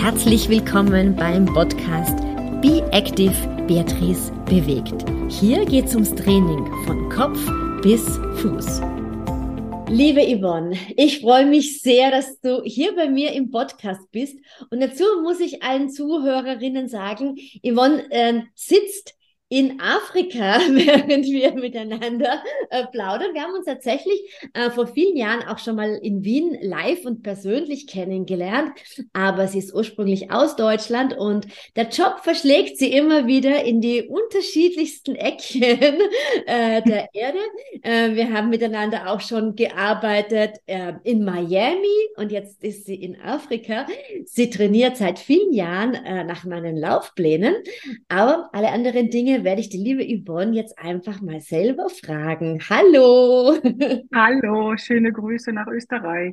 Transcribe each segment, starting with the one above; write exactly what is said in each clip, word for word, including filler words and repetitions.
Herzlich willkommen beim Podcast Be Active Beatrice bewegt. Hier geht es ums Training von Kopf bis Fuß. Liebe Yvonne, ich freue mich sehr, dass du hier bei mir im Podcast bist. Und dazu muss ich allen Zuhörerinnen sagen, Yvonne äh, sitzt in Afrika, während wir miteinander äh, plaudern. Wir haben uns tatsächlich äh, vor vielen Jahren auch schon mal in Wien live und persönlich kennengelernt, aber sie ist ursprünglich aus Deutschland und der Job verschlägt sie immer wieder in die unterschiedlichsten Ecken äh, der Erde. Äh, wir haben miteinander auch schon gearbeitet äh, in Miami und jetzt ist sie in Afrika. Sie trainiert seit vielen Jahren äh, nach meinen Laufplänen, aber alle anderen Dinge werde ich die liebe Yvonne jetzt einfach mal selber fragen. Hallo! Hallo, schöne Grüße nach Österreich.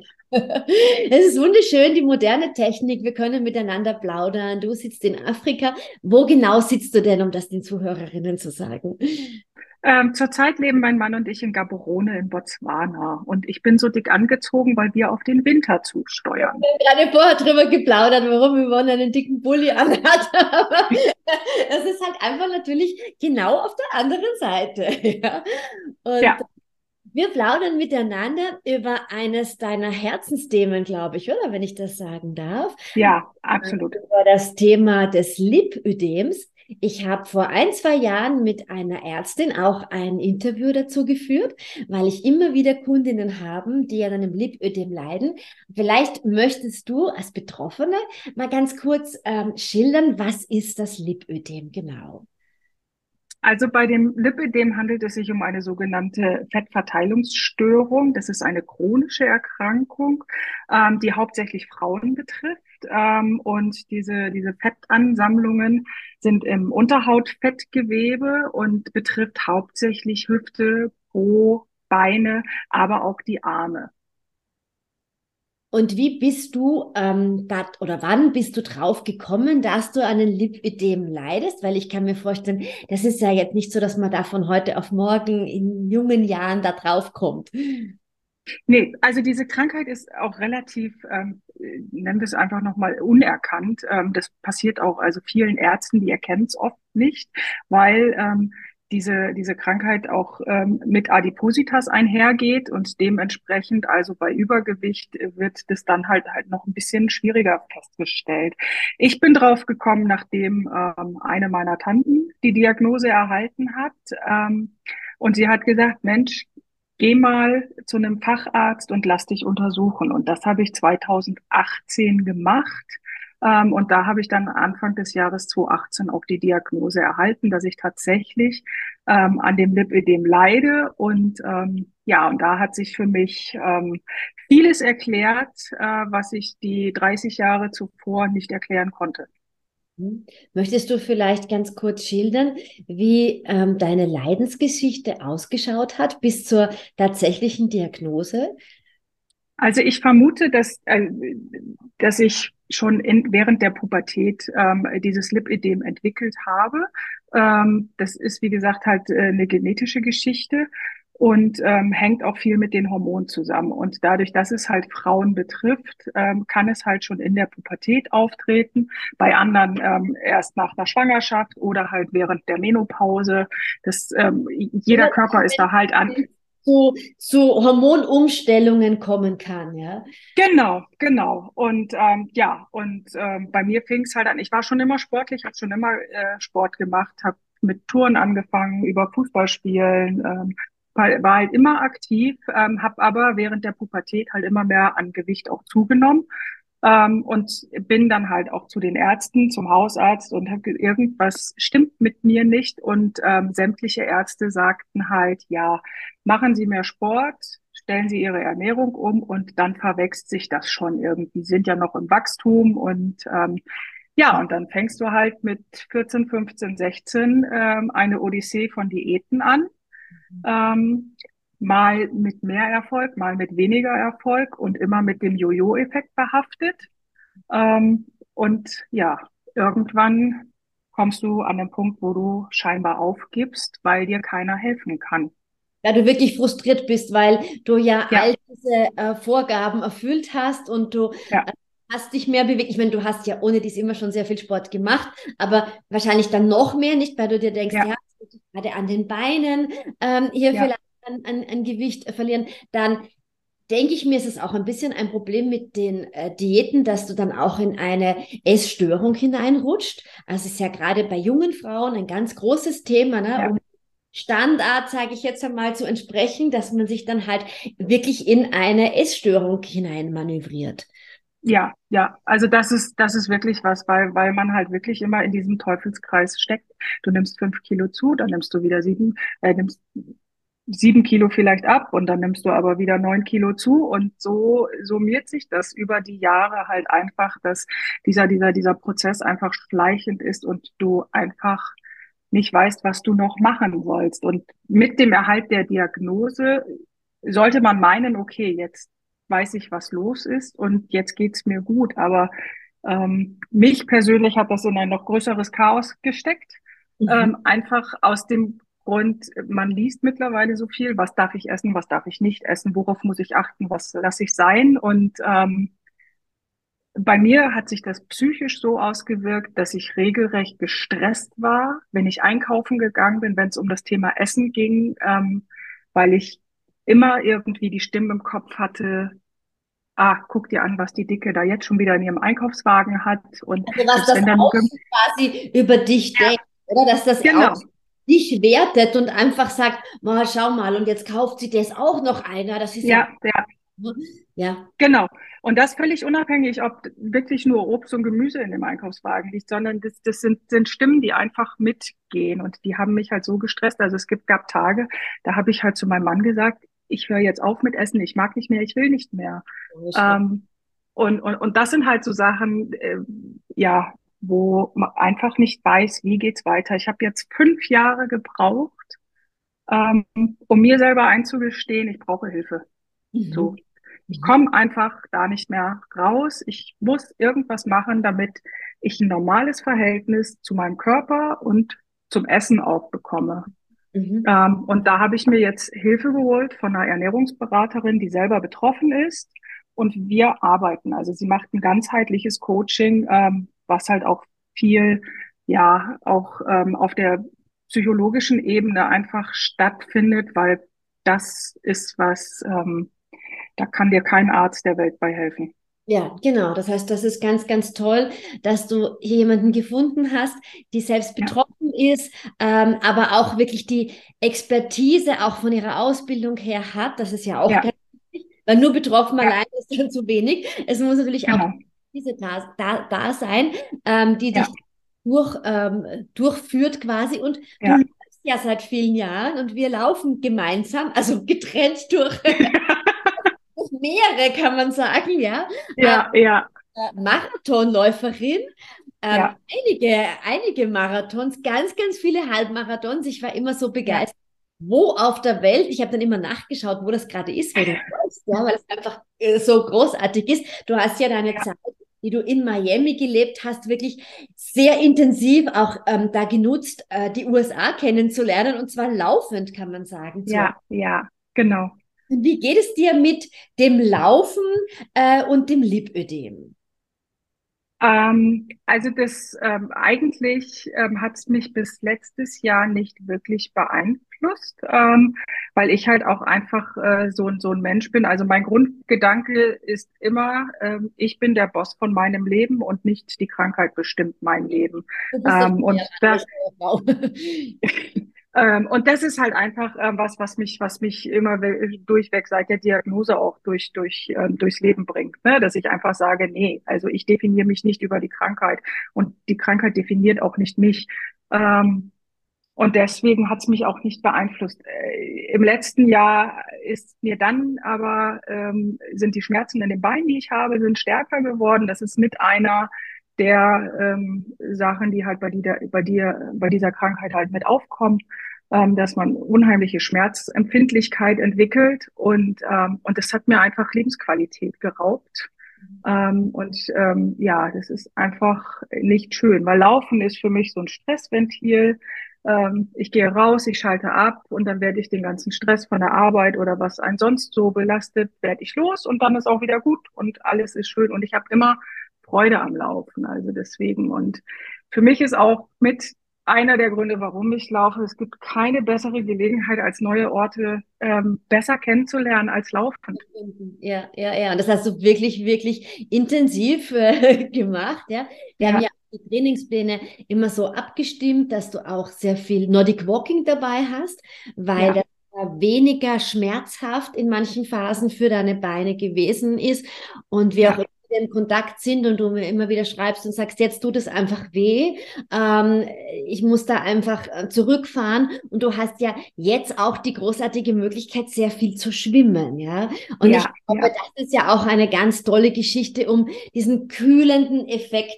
Es ist wunderschön, die moderne Technik. Wir können miteinander plaudern. Du sitzt in Afrika. Wo genau sitzt du denn, um das den Zuhörerinnen zu sagen? Ähm, zurzeit leben mein Mann und ich in Gaborone in Botswana und ich bin so dick angezogen, weil wir auf den Winter zusteuern. Wir haben gerade vorher drüber geplaudert, warum Yvonne einen dicken Pulli anhat. Aber das ist halt einfach natürlich genau auf der anderen Seite. Ja? Und Ja, wir plaudern miteinander über eines deiner Herzensthemen, glaube ich, oder? Wenn ich das sagen darf. ja, absolut. Über das Thema des Lipödems. Ich habe vor ein, zwei Jahren mit einer Ärztin auch ein Interview dazu geführt, weil ich immer wieder Kundinnen habe, die an einem Lipödem leiden. Vielleicht möchtest du als Betroffene mal ganz kurz ähm, schildern, was ist das Lipödem genau? Also bei dem Lipödem handelt es sich um eine sogenannte Fettverteilungsstörung. Das ist eine chronische Erkrankung, ähm, die hauptsächlich Frauen betrifft. Ähm, und diese, diese Fettansammlungen sind im Unterhautfettgewebe und betrifft hauptsächlich Hüfte, Po, Beine, aber auch die Arme. Und wie bist du ähm, da, oder wann bist du drauf gekommen, dass du an einem Lipödem leidest? Weil ich kann mir vorstellen, das ist ja jetzt nicht so, dass man da von heute auf morgen in jungen Jahren da drauf kommt. Nee, also diese Krankheit ist auch relativ, ähm, äh, nennen wir es einfach nochmal, unerkannt. Ähm, das passiert auch also vielen Ärzten, die erkennen es oft nicht, weil ähm, diese, diese Krankheit auch ähm, mit Adipositas einhergeht und dementsprechend, also bei Übergewicht, äh, wird das dann halt halt noch ein bisschen schwieriger festgestellt. Ich bin drauf gekommen, nachdem ähm, eine meiner Tanten die Diagnose erhalten hat. Ähm, und sie hat gesagt, Mensch, geh mal zu einem Facharzt und lass dich untersuchen. Und das habe ich zweitausendachtzehn gemacht. Ähm, und da habe ich dann Anfang des Jahres zweitausendachtzehn auch die Diagnose erhalten, dass ich tatsächlich ähm, an dem Lipödem leide. Und ähm, ja, und da hat sich für mich ähm, vieles erklärt, äh, was ich die dreißig Jahre zuvor nicht erklären konnte. Hm. Möchtest du vielleicht ganz kurz schildern, wie ähm, deine Leidensgeschichte ausgeschaut hat bis zur tatsächlichen Diagnose? Also ich vermute, dass, äh, dass ich schon in, während der Pubertät ähm, dieses Lipödem entwickelt habe. Ähm, das ist, wie gesagt, halt äh, eine genetische Geschichte und ähm, hängt auch viel mit den Hormonen zusammen. Und dadurch, dass es halt Frauen betrifft, ähm, kann es halt schon in der Pubertät auftreten, bei anderen ähm, erst nach einer Schwangerschaft oder halt während der Menopause. Das, ähm, jeder Körper ist da halt an, Zu, zu Hormonumstellungen kommen kann, ja. Genau, genau. Und ähm, ja, und ähm, bei mir fing es halt an. Ich war schon immer sportlich, habe schon immer äh, Sport gemacht, habe mit Touren angefangen, über Fußballspielen, ähm, war war halt immer aktiv, ähm, habe aber während der Pubertät halt immer mehr an Gewicht auch zugenommen. Ähm, und bin dann halt auch zu den Ärzten, zum Hausarzt und habe irgendwas stimmt mit mir nicht. Und ähm, sämtliche Ärzte sagten halt, ja, machen Sie mehr Sport, stellen Sie Ihre Ernährung um und dann verwächst sich das schon irgendwie. Sie sind ja noch im Wachstum und ähm, ja, und dann fängst du halt mit vierzehn, fünfzehn, sechzehn ähm, eine Odyssee von Diäten an. Ähm, mal mit mehr Erfolg, mal mit weniger Erfolg und immer mit dem Jojo-Effekt behaftet. Ähm, und ja, irgendwann kommst du an den Punkt, wo du scheinbar aufgibst, weil dir keiner helfen kann. Ja, du wirklich frustriert bist, weil du ja all Ja, diese äh, Vorgaben erfüllt hast und du ja, hast dich mehr bewegt. Ich meine, du hast ja ohne dies immer schon sehr viel Sport gemacht, aber wahrscheinlich dann noch mehr, nicht, weil du dir denkst, Ja, ja, gerade an den Beinen ähm, hier ja, vielleicht an, an, an Gewicht verlieren, dann denke ich mir, ist es auch ein bisschen ein Problem mit den äh, Diäten, dass du dann auch in eine Essstörung hineinrutscht. Also es ist ja gerade bei jungen Frauen ein ganz großes Thema, ne? ja. Um Standard, sage ich jetzt einmal, zu entsprechen, dass man sich dann halt wirklich in eine Essstörung hinein manövriert. Ja, ja, also das ist, das ist wirklich was, weil, weil man halt wirklich immer in diesem Teufelskreis steckt. Du nimmst fünf Kilo zu, dann nimmst du wieder sieben, äh, nimmst sieben Kilo vielleicht ab und dann nimmst du aber wieder neun Kilo zu und so summiert sich das über die Jahre halt einfach, dass dieser, dieser, dieser Prozess einfach schleichend ist und du einfach nicht weißt, was du noch machen sollst. Und mit dem Erhalt der Diagnose sollte man meinen, okay, jetzt weiß ich, was los ist und jetzt geht's mir gut. Aber ähm, mich persönlich hat das in ein noch größeres Chaos gesteckt. Mhm. Ähm, einfach aus dem Grund, man liest mittlerweile so viel, was darf ich essen, was darf ich nicht essen, worauf muss ich achten, was lasse ich sein. Und ähm, bei mir hat sich das psychisch so ausgewirkt, dass ich regelrecht gestresst war, wenn ich einkaufen gegangen bin, wenn es um das Thema Essen ging, ähm, weil ich immer irgendwie die Stimme im Kopf hatte, ah, guck dir an, was die Dicke da jetzt schon wieder in ihrem Einkaufswagen hat. Und Also was selbst das wenn da nur, gem- Außen quasi über dich ja, denkt, oder? Dass das genau, Außen dich wertet und einfach sagt, mal, schau mal, und jetzt kauft sie das auch noch einer. Das ist ja, ja, ja, ja. genau. Und das völlig unabhängig, ob wirklich nur Obst und Gemüse in dem Einkaufswagen liegt, sondern das, das sind, sind Stimmen, die einfach mitgehen. Und die haben mich halt so gestresst. Also es gibt, gab Tage, da habe ich halt zu meinem Mann gesagt, ich höre jetzt auf mit Essen, ich mag nicht mehr, ich will nicht mehr. Ähm, und, und, und das sind halt so Sachen, äh, ja, wo man einfach nicht weiß, wie geht's weiter. Ich habe jetzt fünf Jahre gebraucht, ähm, um mir selber einzugestehen, ich brauche Hilfe. Mhm. So. Ich Mhm. komme einfach da nicht mehr raus. Ich muss irgendwas machen, damit ich ein normales Verhältnis zu meinem Körper und zum Essen auch bekomme. Mhm. Ähm, und da habe ich mir jetzt Hilfe geholt von einer Ernährungsberaterin, die selber betroffen ist. Und wir arbeiten. Also sie macht ein ganzheitliches Coaching, ähm, was halt auch viel, ja, auch ähm, auf der psychologischen Ebene einfach stattfindet, weil das ist was, ähm, da kann dir kein Arzt der Welt bei helfen. Ja, genau. Das heißt, das ist ganz, ganz toll, dass du hier jemanden gefunden hast, die selbst Ja, betroffen ist, ähm, aber auch wirklich die Expertise auch von ihrer Ausbildung her hat. Das ist ja auch ja, ganz wichtig, weil nur betroffen ja, allein ist dann zu wenig. Es muss natürlich auch genau. diese da, da, da sein, ähm, die dich Ja, durch, ähm, durchführt quasi. Und du ja. läufst ja seit vielen Jahren und wir laufen gemeinsam, also getrennt durch Meere, kann man sagen, ja. Ja, ja, äh, Marathonläuferin, ähm, ja, einige, einige Marathons, ganz, ganz viele Halbmarathons. Ich war immer so ja, begeistert, wo auf der Welt, ich habe dann immer nachgeschaut, wo das gerade ist, wo du läufst, ja, weil es einfach äh, so großartig ist. Du hast ja deine ja, Zeit, die du in Miami gelebt hast, wirklich sehr intensiv auch ähm, da genutzt, äh, die U S A kennenzulernen und zwar laufend, kann man sagen. Zu. ja, ja, genau. Wie geht es dir mit dem Laufen äh, und dem Lipödem? Ähm, also das ähm, eigentlich ähm, hat es mich bis letztes Jahr nicht wirklich beeinflusst, ähm, weil ich halt auch einfach äh, so, ein- so ein Mensch bin. Also mein Grundgedanke ist immer, ähm, ich bin der Boss von meinem Leben und nicht die Krankheit bestimmt mein Leben. Du bist der Ähm, und andere das Steuerfrau. Ähm, und das ist halt einfach ähm, was, was mich, was mich immer we- durchweg seit der Diagnose auch durch, durch, ähm, durchs Leben bringt, ne? Dass ich einfach sage, nee, also ich definiere mich nicht über die Krankheit und die Krankheit definiert auch nicht mich. Ähm, und deswegen hat es mich auch nicht beeinflusst. Äh, Im letzten Jahr ist mir dann aber, ähm, sind die Schmerzen in den Beinen, die ich habe, sind stärker geworden. Das ist mit einer der ähm, Sachen, die halt bei dir, bei dir, bei dieser Krankheit halt mit aufkommt, ähm, dass man unheimliche Schmerzempfindlichkeit entwickelt und ähm, und das hat mir einfach Lebensqualität geraubt. Ähm, und ähm, ja, das ist einfach nicht schön, weil Laufen ist für mich so ein Stressventil. Ähm, ich gehe raus, ich schalte ab und dann werde ich den ganzen Stress von der Arbeit oder was einen sonst so belastet, werde ich los und dann ist auch wieder gut und alles ist schön. Und ich habe immer Freude am Laufen. Also deswegen. Und für mich ist auch mit einer der Gründe, warum ich laufe. Es gibt keine bessere Gelegenheit, als neue Orte ähm, besser kennenzulernen als laufend. Ja, ja, ja. Und das hast du wirklich, wirklich intensiv äh, gemacht, ja. Wir haben Ja, ja die Trainingspläne immer so abgestimmt, dass du auch sehr viel Nordic Walking dabei hast, weil ja, das äh, weniger schmerzhaft in manchen Phasen für deine Beine gewesen ist und wir auch ja, in Kontakt sind und du mir immer wieder schreibst und sagst, jetzt tut es einfach weh. Ähm, ich muss da einfach äh, zurückfahren und du hast ja jetzt auch die großartige Möglichkeit, sehr viel zu schwimmen, ja. Und ich ja, glaube, ja. das ist ja auch eine ganz tolle Geschichte, um diesen kühlenden Effekt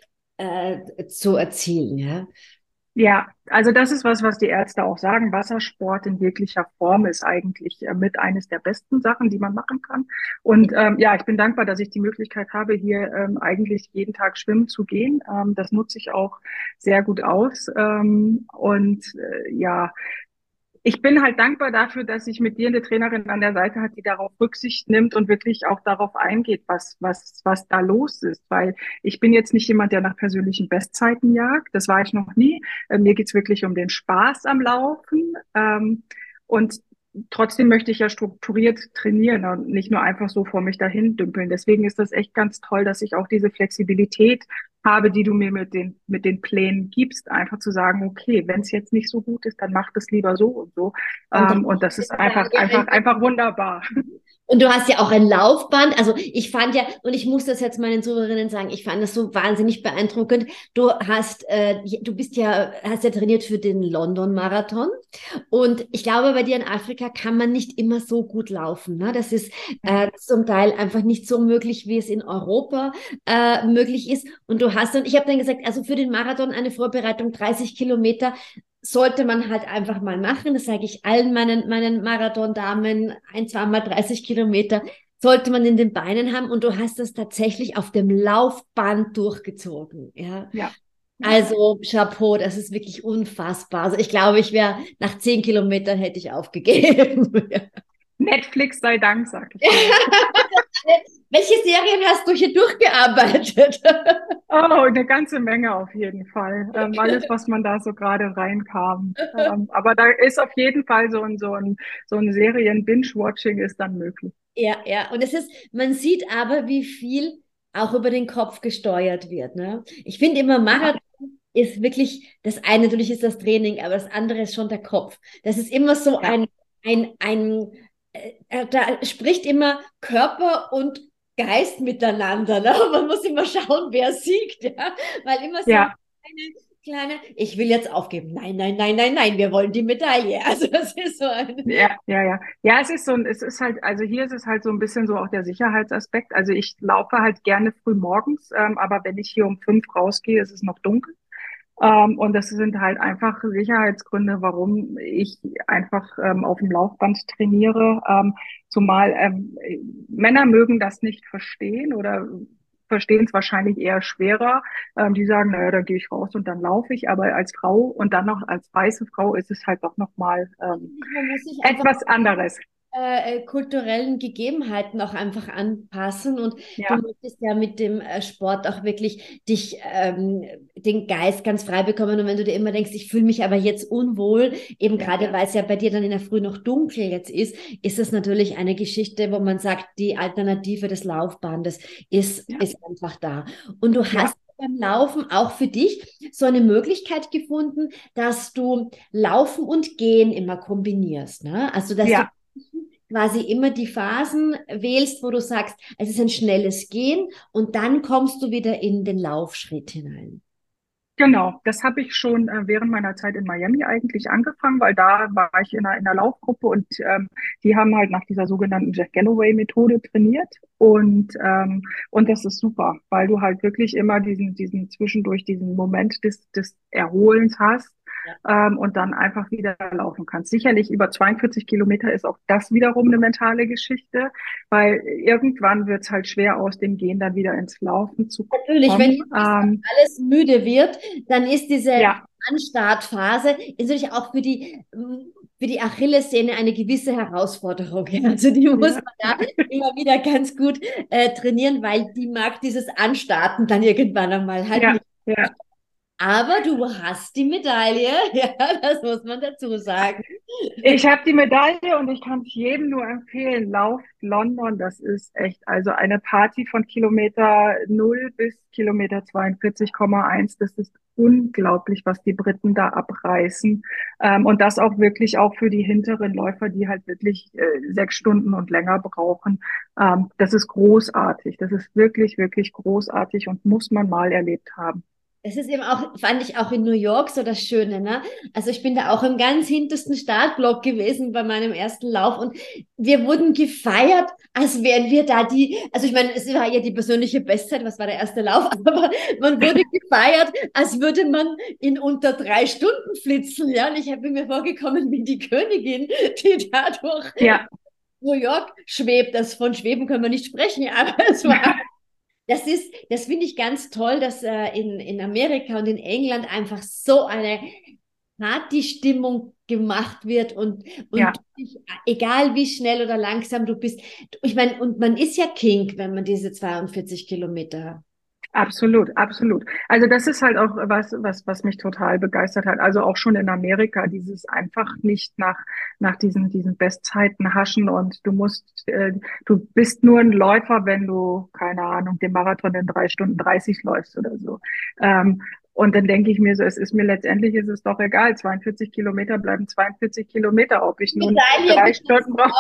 äh, zu erzielen, ja. Ja, also das ist was, was die Ärzte auch sagen. Wassersport in jeglicher Form ist eigentlich äh, mit eines der besten Sachen, die man machen kann. Und ähm, ja, ich bin dankbar, dass ich die Möglichkeit habe, hier ähm, eigentlich jeden Tag schwimmen zu gehen. Ähm, das nutze ich auch sehr gut aus. Ähm, und äh, ja, ich bin halt dankbar dafür, dass ich mit dir eine Trainerin an der Seite hat, die darauf Rücksicht nimmt und wirklich auch darauf eingeht, was, was, was da los ist. Weil ich bin jetzt nicht jemand, der nach persönlichen Bestzeiten jagt. Das war ich noch nie. Äh, Mir geht's wirklich um den Spaß am Laufen. Ähm, und trotzdem möchte ich ja strukturiert trainieren und nicht nur einfach so vor mich dahin dümpeln. Deswegen ist das echt ganz toll, dass ich auch diese Flexibilität habe, die du mir mit den, mit den Plänen gibst, einfach zu sagen, okay, wenn es jetzt nicht so gut ist, dann mach das lieber so und so. Und Ähm, und das ist einfach, einfach, einfach wunderbar. Und du hast ja auch ein Laufband. Also ich fand ja, und ich muss das jetzt meinen Zuhörerinnen sagen, ich fand das so wahnsinnig beeindruckend. Du hast, äh, du bist ja, hast ja trainiert für den London-Marathon. Und ich glaube, bei dir in Afrika kann man nicht immer so gut laufen. Ne? Das ist äh, zum Teil einfach nicht so möglich, wie es in Europa äh, möglich ist. Und du hast, und ich habe dann gesagt, also für den Marathon eine Vorbereitung dreißig Kilometer sollte man halt einfach mal machen. Das sage ich allen meinen, meinen Marathon-Damen, ein, zweimal dreißig Kilometer sollte man in den Beinen haben und du hast das tatsächlich auf dem Laufband durchgezogen. Ja. Ja, ja. Also Chapeau, das ist wirklich unfassbar. Also ich glaube, ich wäre nach zehn Kilometern hätte ich aufgegeben. Netflix sei Dank, sag ich nur. Welche Serien hast du hier durchgearbeitet? Oh, eine ganze Menge auf jeden Fall. Ähm, alles, was man da so gerade reinkam. Ähm, aber da ist auf jeden Fall so ein, so ein, so ein Serien-Binge-Watching ist dann möglich. Ja, ja. Und es ist, man sieht aber, wie viel auch über den Kopf gesteuert wird. Ne? Ich finde immer, Ja, Marathon ist wirklich, das eine natürlich ist das Training, aber das andere ist schon der Kopf. Das ist immer so ja, ein, ein, ein, äh, da spricht immer Körper und Geist miteinander. Ne? Man muss immer schauen, wer siegt, ja? Weil immer so ja. eine kleine, ich will jetzt aufgeben. Nein, nein, nein, nein, nein, wir wollen die Medaille. Also das ist so ein. Ja, ja, ja. Ja, es ist so ein, es ist halt, also hier ist es halt so ein bisschen so auch der Sicherheitsaspekt. Also ich laufe halt gerne früh morgens, ähm, aber wenn ich hier um fünf rausgehe, ist es noch dunkel. Ähm, und das sind halt einfach Sicherheitsgründe, warum ich einfach ähm, auf dem Laufband trainiere. Ähm, zumal ähm, Männer mögen das nicht verstehen oder verstehen es wahrscheinlich eher schwerer. Ähm, die sagen, naja, dann gehe ich raus und dann laufe ich. Aber als Frau und dann noch als weiße Frau ist es halt doch nochmal ähm, Man muss sich einfach etwas anderes. äh, äh, kulturellen Gegebenheiten auch einfach anpassen und du Ja, möchtest ja mit dem äh, Sport auch wirklich dich ähm, den Geist ganz frei bekommen und wenn du dir immer denkst, ich fühle mich aber jetzt unwohl, eben ja, gerade weil es ja bei dir dann in der Früh noch dunkel jetzt ist, ist das natürlich eine Geschichte, wo man sagt, die Alternative des Laufbandes ist, ja, ist einfach da. Und du ja, hast beim Laufen auch für dich so eine Möglichkeit gefunden, dass du Laufen und Gehen immer kombinierst, ne? Also dass du ja. quasi immer die Phasen wählst, wo du sagst, es ist ein schnelles Gehen und dann kommst du wieder in den Laufschritt hinein. Genau, das habe ich schon äh, während meiner Zeit in Miami eigentlich angefangen, weil da war ich in einer, in einer Laufgruppe und ähm, die haben halt nach dieser sogenannten Jack Galloway-Methode trainiert und ähm, und das ist super, weil du halt wirklich immer diesen diesen zwischendurch diesen Moment des des Erholens hast Ja. ähm, und dann einfach wieder laufen kannst. Sicherlich über zweiundvierzig Kilometer ist auch das wiederum eine mentale Geschichte, weil irgendwann wird es halt schwer aus dem Gehen dann wieder ins Laufen zu Natürlich, wenn kommen. wirklich Ähm, alles müde wird, dann ist diese ja. Anstartphase ist natürlich auch für die, für die Achillessehne eine gewisse Herausforderung. Ja. Also die muss Ja, man da immer wieder ganz gut äh, trainieren, weil die mag dieses Anstarten dann irgendwann einmal halt ja, nicht. ja. Aber du hast die Medaille, ja, das muss man dazu sagen. Ich habe die Medaille und ich kann es jedem nur empfehlen. Lauf London, das ist echt, also eine Party von Kilometer null bis Kilometer zweiundvierzig Komma eins. Das ist unglaublich, was die Briten da abreißen. Ähm, und das auch wirklich auch für die hinteren Läufer, die halt wirklich äh, sechs Stunden und länger brauchen. Ähm, das ist großartig. Das ist wirklich, wirklich großartig und muss man mal erlebt haben. Es ist eben auch, fand ich auch in New York so das Schöne, ne? Also ich bin da auch im ganz hintersten Startblock gewesen bei meinem ersten Lauf und wir wurden gefeiert, als wären wir da die, also ich meine, es war ja die persönliche Bestzeit, was war der erste Lauf, aber man wurde gefeiert, als würde man in unter drei Stunden flitzen, ja? Und ich habe mir vorgekommen wie die Königin, die dadurch Ja. New York schwebt. Das von Schweben können wir nicht sprechen, aber es war das ist, das finde ich ganz toll, dass äh, in, in Amerika und in England einfach so eine Partystimmung gemacht wird und, und Ja. ich, egal wie schnell oder langsam du bist, ich meine, und man ist ja King, wenn man diese zweiundvierzig Kilometer hat. Absolut, absolut. Also das ist halt auch was, was, was mich total begeistert hat. Also auch schon in Amerika, dieses einfach nicht nach, nach diesen, diesen Bestzeiten haschen und du musst, äh, du bist nur ein Läufer, wenn du, keine Ahnung, den Marathon in drei Stunden dreißig läufst oder so. Ähm, und dann denke ich mir so, es ist mir letztendlich, ist es doch egal. zweiundvierzig Kilometer bleiben zweiundvierzig Kilometer, ob ich nun Medaille drei geht Stunden brauche.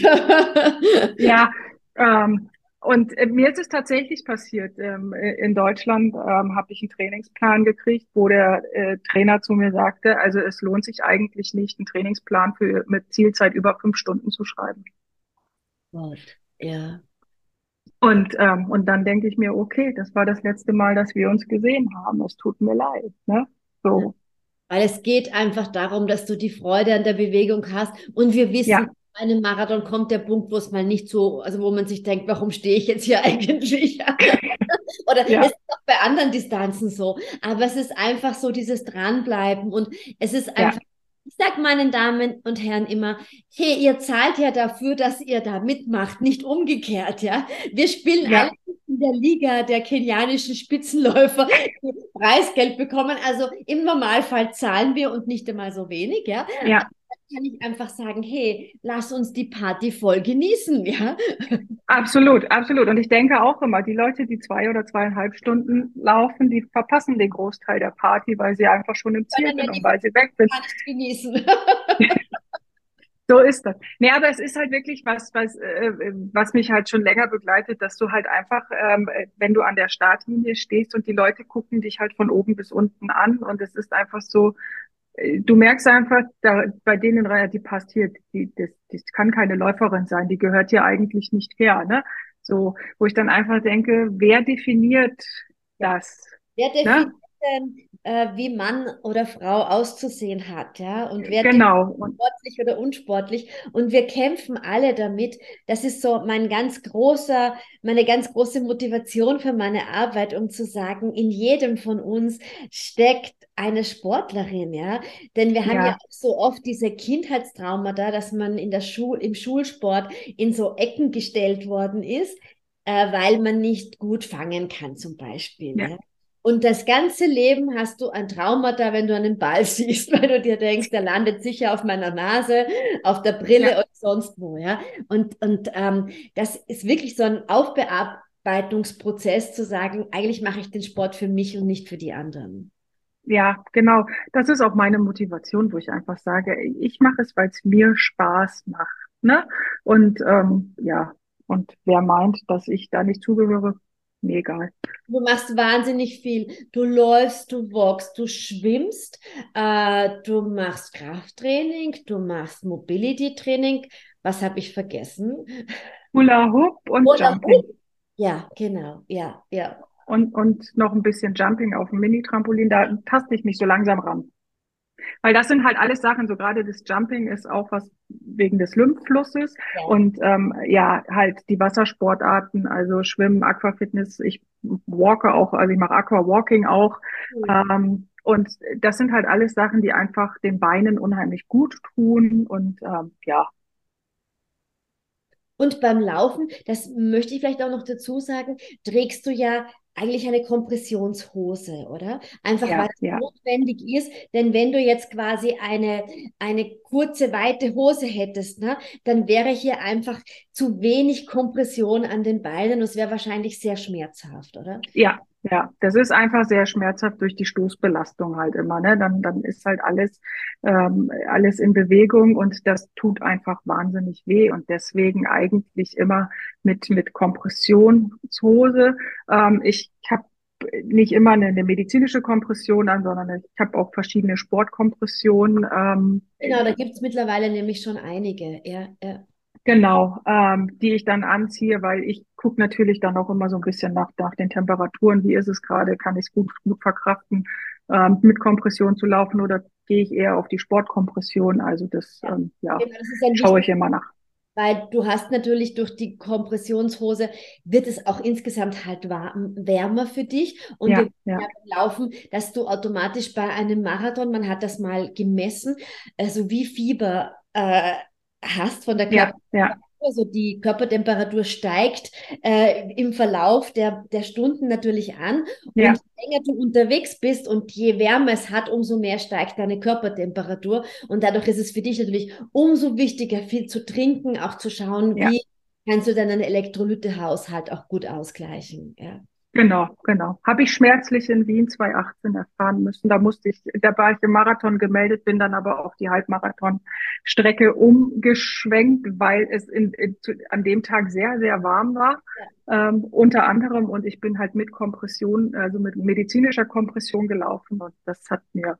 raus. Ja, ähm, und äh, mir ist es tatsächlich passiert. Ähm, äh, in Deutschland ähm, habe ich einen Trainingsplan gekriegt, wo der äh, Trainer zu mir sagte, also es lohnt sich eigentlich nicht, einen Trainingsplan für mit Zielzeit über fünf Stunden zu schreiben. Gott, ja. Und ähm, und dann denke ich mir, okay, das war das letzte Mal, dass wir uns gesehen haben. Es tut mir leid, ne? So, Weil es geht einfach darum, dass du die Freude an der Bewegung hast. Und wir wissen, ja, bei einem Marathon kommt der Punkt, wo es mal nicht so, also wo man sich denkt, warum stehe ich jetzt hier eigentlich? Oder es ja, ist auch bei anderen Distanzen so. Aber es ist einfach so dieses Dranbleiben. Und es ist ja, einfach, ich sage meinen Damen und Herren immer, hey, ihr zahlt ja dafür, dass ihr da mitmacht, nicht umgekehrt, ja. Wir spielen alle ja, in der Liga der kenianischen Spitzenläufer, die Preisgeld bekommen. Also im Normalfall zahlen wir und nicht einmal so wenig, ja. ja. Kann ich einfach sagen, hey, lass uns die Party voll genießen, ja. Absolut, absolut. Und ich denke auch immer, die Leute, die zwei oder zweieinhalb Stunden laufen, die verpassen den Großteil der Party, weil sie einfach schon im Ziel Können ja sind und die weil sie weg sind. gar nicht genießen. So ist das. Nee, aber es ist halt wirklich was, was, äh, was mich halt schon länger begleitet, dass du halt einfach, ähm, wenn du an der Startlinie stehst und die Leute gucken dich halt von oben bis unten an und es ist einfach so, äh, du merkst einfach, da, bei denen, die passt hier, die, das, das kann keine Läuferin sein, die gehört hier eigentlich nicht her, ne? So, wo ich dann einfach denke, wer definiert Ja. das, Wer ne? definiert denn, äh, wie Mann oder Frau auszusehen hat, ja? Und wer definiert Genau. Und sportlich oder unsportlich? Und wir kämpfen alle damit. Das ist so mein ganz großer, meine ganz große Motivation für meine Arbeit, um zu sagen, in jedem von uns steckt eine Sportlerin, ja? Denn wir haben ja ja, auch so oft diese Kindheitstraumata, dass man in der Schul im Schulsport in so Ecken gestellt worden ist, äh, weil man nicht gut fangen kann, zum Beispiel, ja, ja? Und das ganze Leben hast du ein Traumata, wenn du einen Ball siehst, weil du dir denkst, der landet sicher auf meiner Nase, auf der Brille ja. oder sonst wo, ja. Und, und ähm, das ist wirklich so ein Aufbearbeitungsprozess zu sagen, eigentlich mache ich den Sport für mich und nicht für die anderen. Ja, genau. Das ist auch meine Motivation, wo ich einfach sage, ey, ich mache es, weil es mir Spaß macht, ne? Und ähm, ja, und wer meint, dass ich da nicht zugehöre, mir egal. Du machst wahnsinnig viel. Du läufst, du walkst, du schwimmst, äh, du machst Krafttraining, du machst Mobility-Training. Was habe ich vergessen? Hula Hoop und Oder Jumping. ja, genau, ja, ja. Und, und noch ein bisschen Jumping auf dem Mini-Trampolin, da taste ich mich so langsam ran. Weil das sind halt alles Sachen, so gerade das Jumping ist auch was wegen des Lymphflusses Ja. und ähm, ja, halt die Wassersportarten, also Schwimmen, Aquafitness, ich walke auch, also ich mache Aquawalking auch. Cool. Ähm, und das sind halt alles Sachen, die einfach den Beinen unheimlich gut tun und ähm, ja, Und beim Laufen, das möchte ich vielleicht auch noch dazu sagen, trägst du ja eigentlich eine Kompressionshose, oder? Einfach weil ja, es ja. notwendig ist, denn wenn du jetzt quasi eine, eine kurze, weite Hose hättest, ne, dann wäre hier einfach zu wenig Kompression an den Beinen und es wäre wahrscheinlich sehr schmerzhaft, oder? Ja, ja, das ist einfach sehr schmerzhaft durch die Stoßbelastung halt immer, ne? Dann, dann ist halt alles, ähm, alles in Bewegung und das tut einfach wahnsinnig weh und deswegen eigentlich immer mit, mit Kompressionshose. Ähm, ich habe nicht immer eine, eine medizinische Kompression an, sondern ich habe auch verschiedene Sportkompressionen. Ähm, Genau, da gibt es mittlerweile nämlich schon einige. Ja, ja. Genau, ähm, die ich dann anziehe, weil ich gucke natürlich dann auch immer so ein bisschen nach, nach den Temperaturen. Wie ist es gerade? Kann ich es gut, gut verkraften, ähm, mit Kompression zu laufen oder gehe ich eher auf die Sportkompression? Also das, Ja. ähm, ja, Genau, das ist ein schaue ich wichtiges. immer nach. Weil du hast natürlich durch die Kompressionshose wird es auch insgesamt halt warm, wärmer für dich. Und wir Ja, wissen ja ja, beim Laufen, dass du automatisch bei einem Marathon, man hat das mal gemessen, also wie Fieber äh, hast von der ja, Körpertemperatur. ja, Also die Körpertemperatur steigt äh, im Verlauf der, der Stunden natürlich an. Und ja, je länger du unterwegs bist und je wärmer es hat, umso mehr steigt deine Körpertemperatur. Und dadurch ist es für dich natürlich umso wichtiger, viel zu trinken, auch zu schauen, ja. wie kannst du deinen Elektrolytehaushalt auch gut ausgleichen. Ja. Genau, genau. Habe ich schmerzlich in Wien zwanzig achtzehn erfahren müssen. Da musste ich, da war ich im Marathon gemeldet, bin dann aber auf die Halbmarathon-Strecke umgeschwenkt, weil es in, in, zu- an dem Tag sehr, sehr warm war. Ähm, unter anderem und ich bin halt mit Kompression, also mit medizinischer Kompression gelaufen und das hat mir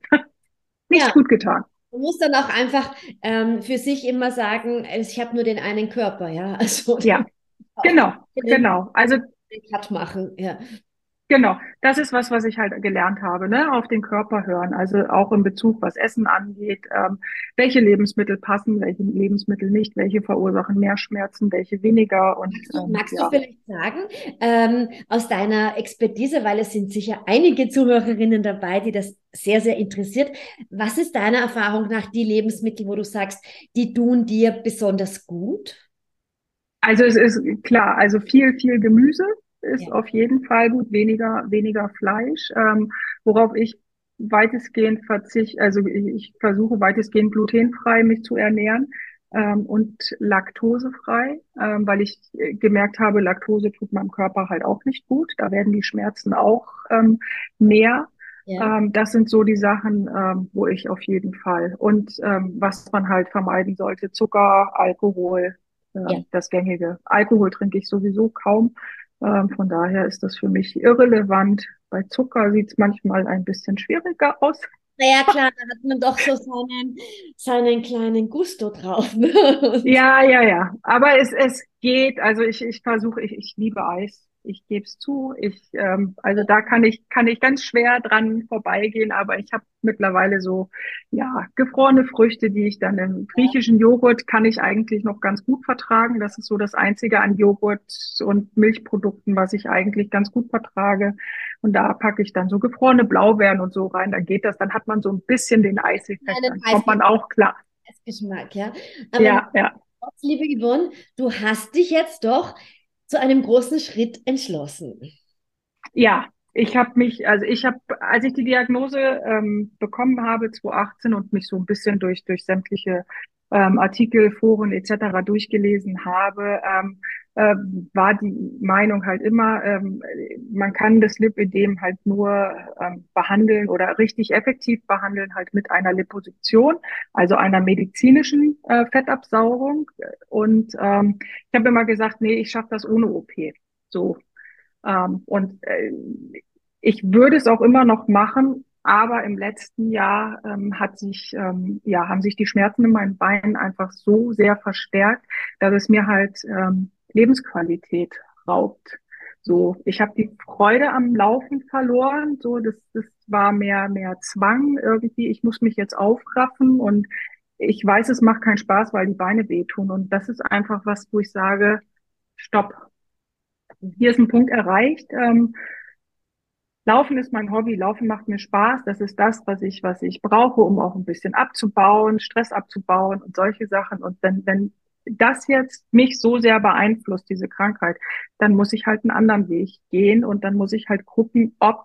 nicht Ja, gut getan. man muss dann auch einfach ähm, für sich immer sagen, ich habe nur den einen Körper, ja. Also Ja, auch genau, einen genau. Also Cut machen, ja. genau, das ist was, was ich halt gelernt habe, ne? Auf den Körper hören. Also auch in Bezug, was Essen angeht, ähm, welche Lebensmittel passen, welche Lebensmittel nicht, welche verursachen mehr Schmerzen, welche weniger und Magst du, ähm, magst du ja. vielleicht sagen, ähm, aus deiner Expertise, weil es sind sicher einige Zuhörerinnen dabei, die das sehr, sehr interessiert, was ist deiner Erfahrung nach die Lebensmittel, wo du sagst, die tun dir besonders gut? Also es ist klar, also viel, viel Gemüse ist Ja. auf jeden Fall gut, weniger, weniger Fleisch, ähm, worauf ich weitestgehend verzichte, also ich, ich versuche weitestgehend glutenfrei mich zu ernähren ähm, und laktosefrei, ähm, weil ich äh, gemerkt habe, Laktose tut meinem Körper halt auch nicht gut. Da werden die Schmerzen auch ähm, mehr. Ja. Ähm, das sind so die Sachen, ähm, wo ich auf jeden Fall und ähm, was man halt vermeiden sollte, Zucker, Alkohol, Ja. ähm, das Gängige. Alkohol trinke ich sowieso kaum. Ähm, von daher ist das für mich irrelevant. Bei Zucker sieht es manchmal ein bisschen schwieriger aus. Naja, klar, da hat man doch so seinen, seinen kleinen Gusto drauf. Ne? Und Ja, ja, ja. Aber es, es geht. Also ich, ich versuche, ich, ich liebe Eis. Ich gebe es zu. Ich, ähm, also da kann ich, kann ich ganz schwer dran vorbeigehen, aber ich habe mittlerweile so, ja, gefrorene Früchte, die ich dann im griechischen Joghurt kann ich eigentlich noch ganz gut vertragen. Das ist so das Einzige an Joghurt und Milchprodukten, was ich eigentlich ganz gut vertrage. Und da packe ich dann so gefrorene Blaubeeren und so rein. Dann geht das. Dann hat man so ein bisschen den Eiseffekt. einen Dann kommt man auch klar. Preisgeschmack, ja. Aber Ja, ja. Trotz, liebe Yvonne, du hast dich jetzt doch zu einem großen Schritt entschlossen. Ja, ich habe mich, also ich habe, als ich die Diagnose ähm, bekommen habe, zwanzig achtzehn und mich so ein bisschen durch durch sämtliche ähm, Artikel, Foren et cetera durchgelesen habe, ähm, äh, war die Meinung halt immer, ähm, man kann das Lipödem halt nur ähm, behandeln oder richtig effektiv behandeln halt mit einer Liposuktion, also einer medizinischen äh, Fettabsaugung. Und ähm, ich habe immer gesagt, nee, ich schaffe das ohne O P. So, ähm, und äh, ich würde es auch immer noch machen, aber im letzten Jahr ähm, hat sich, ähm, ja, haben sich die Schmerzen in meinen Beinen einfach so sehr verstärkt, dass es mir halt ähm, Lebensqualität raubt. So, ich habe die Freude am Laufen verloren. So, das, das war mehr, mehr Zwang irgendwie. Ich muss mich jetzt aufraffen und ich weiß, es macht keinen Spaß, weil die Beine wehtun. Und das ist einfach was, wo ich sage, stopp, hier ist ein Punkt erreicht. Ähm, Laufen ist mein Hobby, Laufen macht mir Spaß. Das ist das, was ich, was ich brauche, um auch ein bisschen abzubauen, Stress abzubauen und solche Sachen. Und wenn, wenn das jetzt mich so sehr beeinflusst, diese Krankheit, dann muss ich halt einen anderen Weg gehen und dann muss ich halt gucken, ob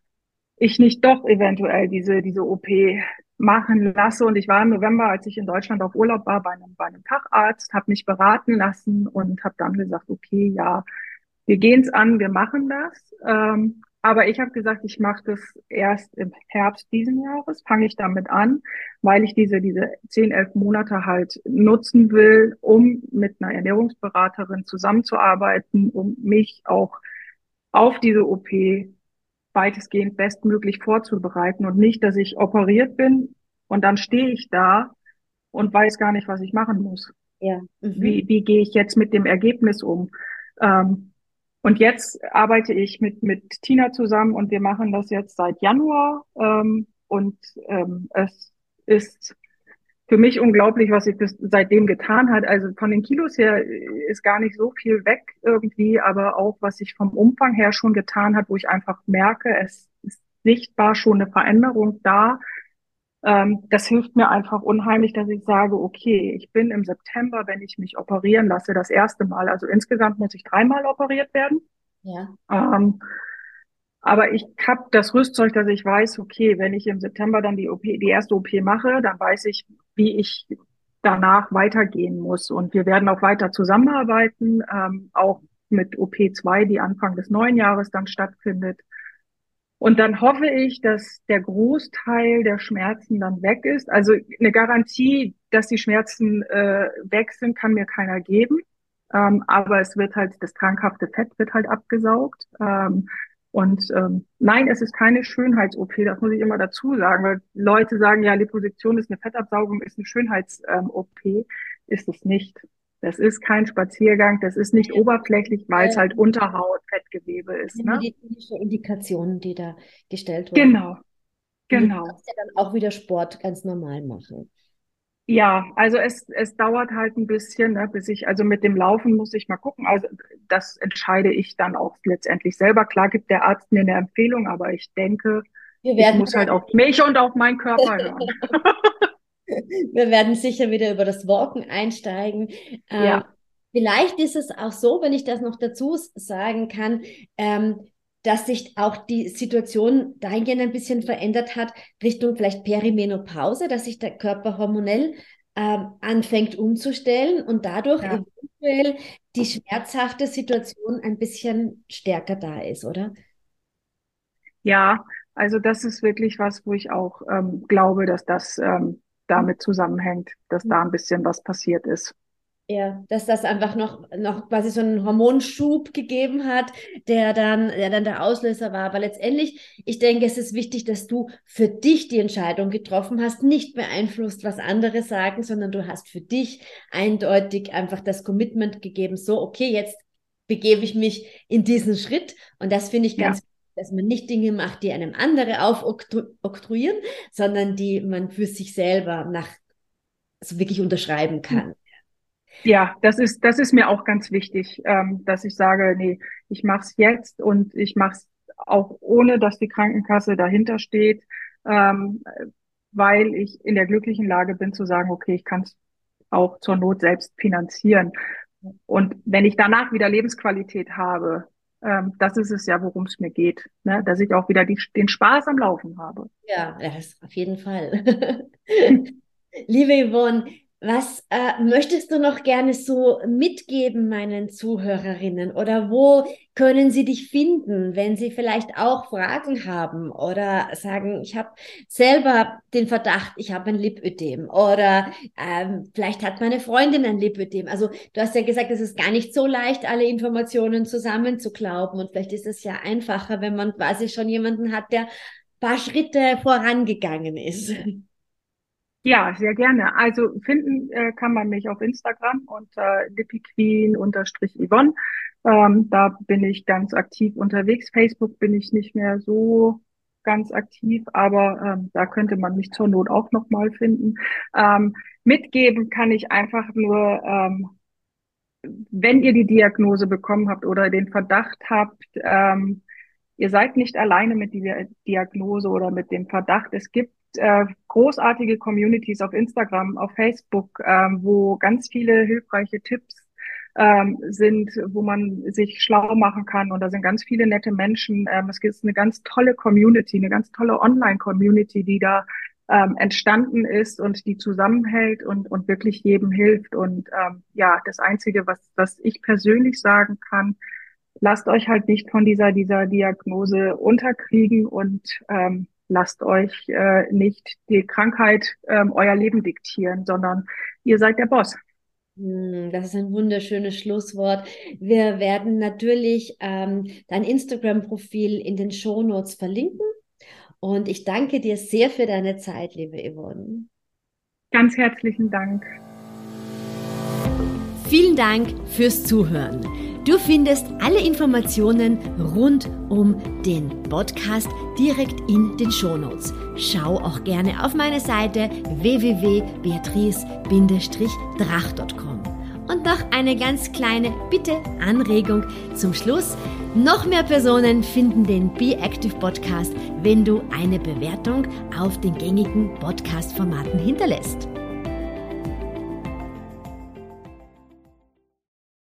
ich nicht doch eventuell diese, diese O P machen lasse. Und ich war im November, als ich in Deutschland auf Urlaub war, bei einem, bei einem Facharzt, habe mich beraten lassen und habe dann gesagt, okay, ja, wir gehen es an, wir machen das. Ähm, aber ich habe gesagt, ich mache das erst im Herbst diesen Jahres, fange ich damit an, weil ich diese, diese zehn, elf Monate halt nutzen will, um mit einer Ernährungsberaterin zusammenzuarbeiten, um mich auch auf diese O P weitestgehend bestmöglich vorzubereiten und nicht, dass ich operiert bin und dann stehe ich da und weiß gar nicht, was ich machen muss. Ja. Mhm. Wie, wie gehe ich jetzt mit dem Ergebnis um? Ähm, und jetzt arbeite ich mit, mit Tina zusammen und wir machen das jetzt seit Januar. Ähm, und ähm, es ist für mich unglaublich, was sich das seitdem getan hat. Also von den Kilos her ist gar nicht so viel weg irgendwie, aber auch was sich vom Umfang her schon getan hat, wo ich einfach merke, es ist sichtbar schon eine Veränderung da. Ähm, das hilft mir einfach unheimlich, dass ich sage, okay, ich bin im September, wenn ich mich operieren lasse, das erste Mal. Also insgesamt muss ich dreimal operiert werden. Ja. Ähm, aber ich habe das Rüstzeug, dass ich weiß, okay, wenn ich im September dann die O P, die erste O P mache, dann weiß ich, wie ich danach weitergehen muss. Und wir werden auch weiter zusammenarbeiten, ähm, auch mit O P zwei, die Anfang des neuen Jahres dann stattfindet. Und dann hoffe ich, dass der Großteil der Schmerzen dann weg ist. Also eine Garantie, dass die Schmerzen äh, weg sind, kann mir keiner geben. Ähm, aber es wird halt, das krankhafte Fett wird halt abgesaugt. Ähm, und ähm, nein, es ist keine Schönheits-O P, das muss ich immer dazu sagen, weil Leute sagen, ja, Liposuktion ist eine Fettabsaugung, ist eine Schönheits-O P, ist es nicht. Das ist kein Spaziergang, das ist nicht oberflächlich, weil es Äh, halt Unterhaut-Fettgewebe ist, Eine ne? medizinische Indikation, die da gestellt worden ist. Genau, Und du genau. kannst ja dann auch wieder Sport ganz normal machen. Ja, also es, es dauert halt ein bisschen, ne, bis ich, also mit dem Laufen muss ich mal gucken. Also das entscheide ich dann auch letztendlich selber. Klar gibt der Arzt mir eine Empfehlung, aber ich denke, Wir ich werden muss halt auf mich und auf meinen Körper hören. Wir werden sicher wieder über das Walken einsteigen. Ähm, Ja, vielleicht ist es auch so, wenn ich das noch dazu s- sagen kann, ähm, dass sich auch die Situation dahingehend ein bisschen verändert hat, Richtung vielleicht Perimenopause, dass sich der Körper hormonell ähm, anfängt umzustellen und dadurch ja, eventuell die schmerzhafte Situation ein bisschen stärker da ist, oder? ja. Also das ist wirklich was, wo ich auch ähm, glaube, dass das ähm, damit zusammenhängt, dass da ein bisschen was passiert ist. Ja, dass das einfach noch, noch quasi so einen Hormonschub gegeben hat, der dann, der dann der Auslöser war. Aber letztendlich, ich denke, es ist wichtig, dass du für dich die Entscheidung getroffen hast, nicht beeinflusst, was andere sagen, sondern du hast für dich eindeutig einfach das Commitment gegeben, so, okay, jetzt begebe ich mich in diesen Schritt. Und das finde ich ganz Ja. wichtig, dass man nicht Dinge macht, die einem andere aufoktroyieren, sondern die man für sich selber nach, so wirklich unterschreiben kann. Ja, das ist, das ist mir auch ganz wichtig, ähm, dass ich sage, nee, ich mache es jetzt und ich mache es auch ohne, dass die Krankenkasse dahinter steht, ähm, weil ich in der glücklichen Lage bin zu sagen, okay, ich kann es auch zur Not selbst finanzieren. Und wenn ich danach wieder Lebensqualität habe, ähm, das ist es ja, worum es mir geht, ne? Dass ich auch wieder die, den Spaß am Laufen habe. Ja, das auf jeden Fall. Liebe Yvonne, was äh, möchtest du noch gerne so mitgeben meinen Zuhörerinnen? Oder wo können sie dich finden, wenn sie vielleicht auch Fragen haben oder sagen, ich habe selber den Verdacht, ich habe ein Lipödem oder ähm, vielleicht hat meine Freundin ein Lipödem. Also du hast ja gesagt, es ist gar nicht so leicht, alle Informationen zusammenzuklauben und vielleicht ist es ja einfacher, wenn man quasi schon jemanden hat, der paar Schritte vorangegangen ist. Ja, sehr gerne. Also finden äh, kann man mich auf Instagram unter lippyqueen-yvonne. Ähm, da bin ich ganz aktiv unterwegs. Facebook bin ich nicht mehr so ganz aktiv, aber ähm, da könnte man mich zur Not auch nochmal finden. Ähm, mitgeben kann ich einfach nur, ähm, wenn ihr die Diagnose bekommen habt oder den Verdacht habt, ähm, ihr seid nicht alleine mit dieser Diagnose oder mit dem Verdacht. Es gibt äh, großartige Communities auf Instagram, auf Facebook, ähm, wo ganz viele hilfreiche Tipps ähm, sind, wo man sich schlau machen kann. Und da sind ganz viele nette Menschen. Ähm, es gibt eine ganz tolle Community, eine ganz tolle Online-Community, die da ähm, entstanden ist und die zusammenhält und, und wirklich jedem hilft. Und ähm, ja, das Einzige, was, was ich persönlich sagen kann, lasst euch halt nicht von dieser, dieser Diagnose unterkriegen und ähm, lasst euch äh, nicht die Krankheit ähm, euer Leben diktieren, sondern ihr seid der Boss. Das ist ein wunderschönes Schlusswort. Wir werden natürlich ähm, dein Instagram-Profil in den Shownotes verlinken. Und ich danke dir sehr für deine Zeit, liebe Yvonne. Ganz herzlichen Dank. Vielen Dank fürs Zuhören. Du findest alle Informationen rund um den Podcast direkt in den Shownotes. Schau auch gerne auf meine Seite w w w punkt beatrice drach punkt com. Und noch eine ganz kleine Bitte, Anregung zum Schluss. Noch mehr Personen finden den Be Active Podcast, wenn du eine Bewertung auf den gängigen Podcast-Formaten hinterlässt.